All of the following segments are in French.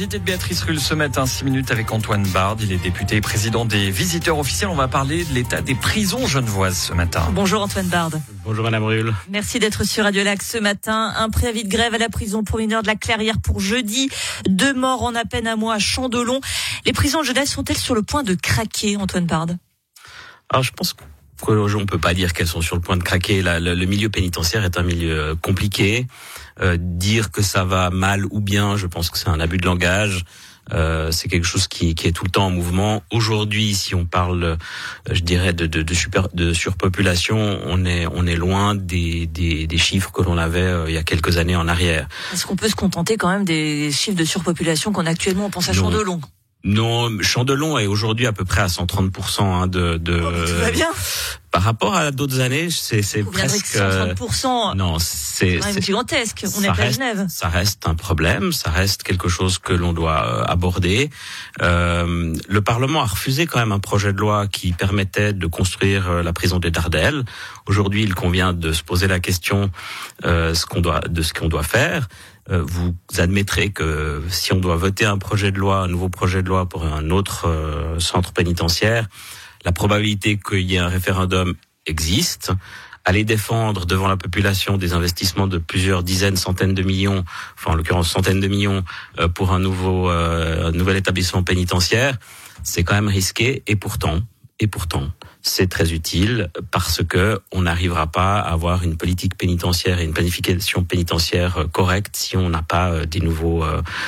L'invité de Béatrice Rulle ce matin, 6 minutes avec Antoine Bard. Il est député et président des visiteurs officiels. On va parler de l'état des prisons genevoises ce matin. Bonjour Antoine Bard. Bonjour Madame Rulle. Merci d'être sur Radio Lac ce matin. Un préavis de grève à la prison pour mineurs de la Clairière pour jeudi. 2 morts en à peine un mois à Chandelon. Les prisons genevoises sont-elles sur le point de craquer, Antoine Bard? Alors je pense qu'on peut pas dire qu'elles sont sur le point de craquer. Le milieu pénitentiaire est un milieu compliqué. Dire que ça va mal ou bien, je pense que c'est un abus de langage. C'est quelque chose qui est tout le temps en mouvement. Aujourd'hui, si on parle, je dirais, de surpopulation, on est loin des chiffres que l'on avait il y a quelques années en arrière. Est-ce qu'on peut se contenter quand même des chiffres de surpopulation qu'on a actuellement? On pense à Chandelon. Non, Chandelon est aujourd'hui à peu près à 130% tout va bien. Par rapport à d'autres années, c'est presque 130%. Non, c'est gigantesque. On est à Genève. Ça reste un problème, ça reste quelque chose que l'on doit aborder. Le Parlement a refusé quand même un projet de loi qui permettait de construire la prison des Dardanelles. Aujourd'hui, il convient de se poser la question de ce qu'on doit faire. Vous admettrez que si on doit voter un nouveau projet de loi pour un autre centre pénitentiaire, la probabilité qu'il y ait un référendum existe. Aller défendre devant la population des investissements de plusieurs dizaines, centaines de millions, enfin en l'occurrence centaines de millions pour un nouvel établissement pénitentiaire, c'est quand même risqué et pourtant, c'est très utile parce que on n'arrivera pas à avoir une politique pénitentiaire et une planification pénitentiaire correcte si on n'a pas des nouveaux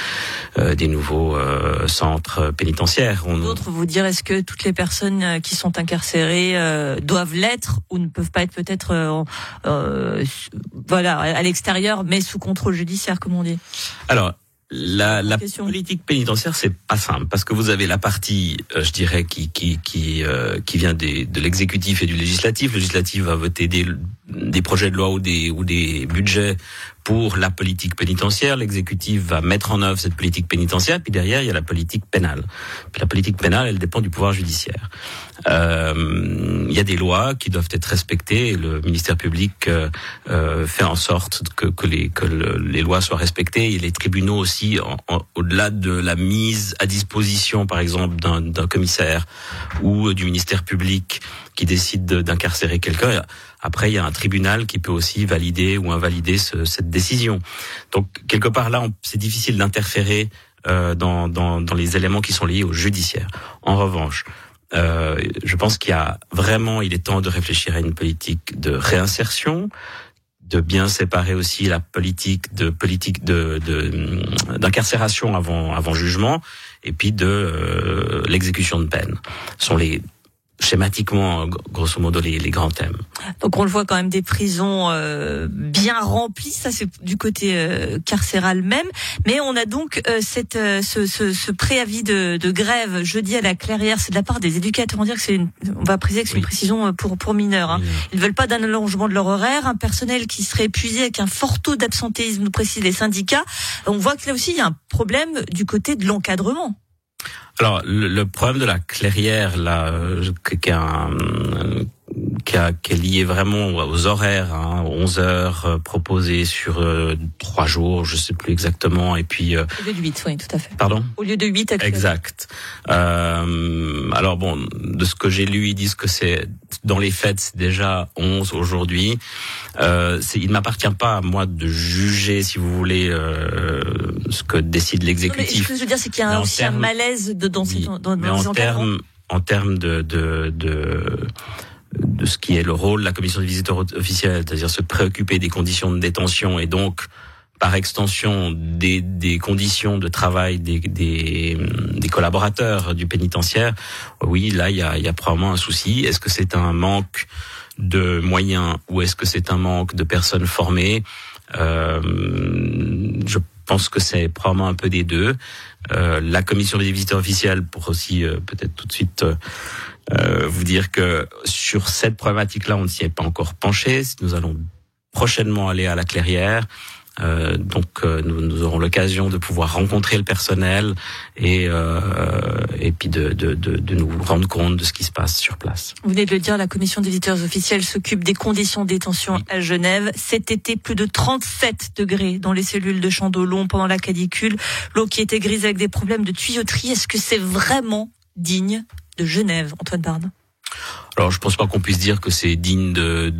centres pénitentiaires. D'autres vous dire, est-ce que toutes les personnes qui sont incarcérées doivent l'être ou ne peuvent pas être peut-être à l'extérieur mais sous contrôle judiciaire, comme on dit? Alors, la politique pénitentiaire, c'est pas simple parce que vous avez la partie, je dirais, qui vient de l'exécutif et du législatif. Le législatif va voter des projets de loi ou des budgets pour la politique pénitentiaire. L'exécutif va mettre en œuvre cette politique pénitentiaire. Puis derrière, il y a la politique pénale. Puis la politique pénale, elle dépend du pouvoir judiciaire. Il y a des lois qui doivent être respectées. Et le ministère public fait en sorte que les lois soient respectées. Et les tribunaux aussi, au-delà de la mise à disposition, par exemple, d'un commissaire ou du ministère public qui décide d'incarcérer quelqu'un. Après, il y a un tribunal qui peut aussi valider ou invalider cette décision. Donc, quelque part là, c'est difficile d'interférer dans les éléments qui sont liés au judiciaire. En revanche, je pense il est temps de réfléchir à une politique de réinsertion, de bien séparer aussi la politique d'incarcération avant jugement, et puis de l'exécution de peine. Ce sont schématiquement, grosso modo, les grands thèmes. Donc on le voit quand même, des prisons bien remplies, ça c'est du côté carcéral même, mais on a donc ce préavis de grève jeudi à la Clairière, c'est de la part des éducateurs. On va préciser que c'est une précision pour mineurs. Hein. Ils ne veulent pas d'un allongement de leur horaire, un personnel qui serait épuisé avec un fort taux d'absentéisme, nous précisent les syndicats. On voit que là aussi il y a un problème du côté de l'encadrement. Alors, le problème de la Clairière, là, qui est lié vraiment aux horaires, 11 heures proposées sur 3 jours, je sais plus exactement, et puis... Au lieu de 8, oui, tout à fait. Pardon? Au lieu de 8 actuellement. Exact. Alors bon, de ce que j'ai lu, ils disent que c'est, dans les faits, c'est déjà 11 aujourd'hui. Il ne m'appartient pas à moi de juger, si vous voulez, ce que décide l'exécutif. Ce que je veux dire, c'est qu'il y a aussi un malaise dans les encadrements. En termes de ce qui est le rôle de la commission des visiteurs officiels, c'est-à-dire se préoccuper des conditions de détention et donc, par extension, des conditions de travail des collaborateurs du pénitentiaire, oui, là, il y a probablement un souci. Est-ce que c'est un manque de moyens ou est-ce que c'est un manque de personnes formées? Je pense que c'est probablement un peu des deux. La commission des visiteurs officiels, pour aussi peut-être tout de suite vous dire que sur cette problématique-là, on ne s'y est pas encore penché. Nous allons prochainement aller à la Clairière Donc nous aurons l'occasion de pouvoir rencontrer le personnel et puis de nous rendre compte de ce qui se passe sur place. Vous venez de le dire, la commission des visiteurs officiels s'occupe des conditions de détention à Genève. Cet été, plus de 37 degrés dans les cellules de Chandelon pendant la canicule. L'eau qui était grise avec des problèmes de tuyauterie. Est-ce que c'est vraiment digne de Genève, Antoine Bard? Alors, je pense pas qu'on puisse dire que c'est digne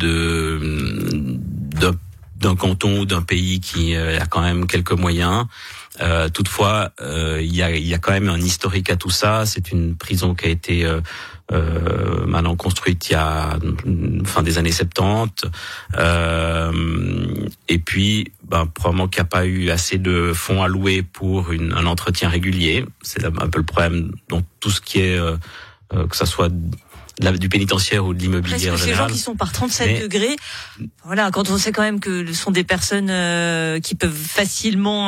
d'un canton ou d'un pays qui a quand même quelques moyens. Toutefois, il y a quand même un historique à tout ça. C'est une prison qui a été maintenant construite il y a fin des années 70. Et puis, probablement qu'il n'y a pas eu assez de fonds alloués pour un entretien régulier. C'est un peu le problème dans tout ce qui est que ça soit du pénitentiaire ou de l'immobilier en général. Ces gens qui sont par 37 degrés, voilà, quand on sait quand même que ce sont des personnes qui peuvent facilement,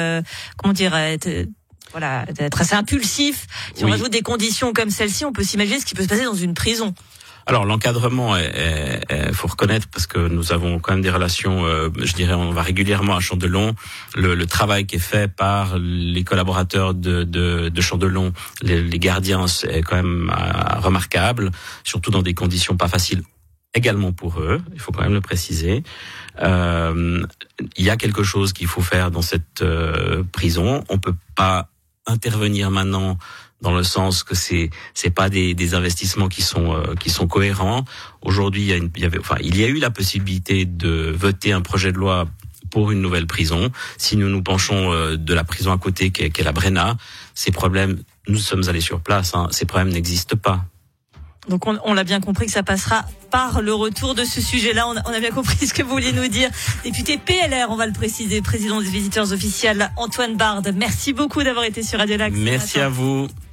être assez impulsifs. Si on rajoute des conditions comme celle-ci, on peut s'imaginer ce qui peut se passer dans une prison. Alors l'encadrement, faut reconnaître, parce que nous avons quand même des relations, je dirais, on va régulièrement à Chandelon. Le travail qui est fait par les collaborateurs de Chandelon, les gardiens, est quand même remarquable, surtout dans des conditions pas faciles également pour eux, il faut quand même le préciser. Il y a quelque chose qu'il faut faire dans cette prison. On peut pas intervenir maintenant dans le sens que c'est pas des investissements qui sont cohérents. Aujourd'hui, il y a eu la possibilité de voter un projet de loi pour une nouvelle prison. Si nous nous penchons de la prison à côté, qui est la Brenna, ces problèmes, nous sommes allés sur place, ces problèmes n'existent pas. Donc on l'a bien compris que ça passera par le retour de ce sujet-là. On a bien compris ce que vous vouliez nous dire. Député PLR, on va le préciser, président des visiteurs officiels, Antoine Bard. Merci beaucoup d'avoir été sur Radio Lac. Merci à vous.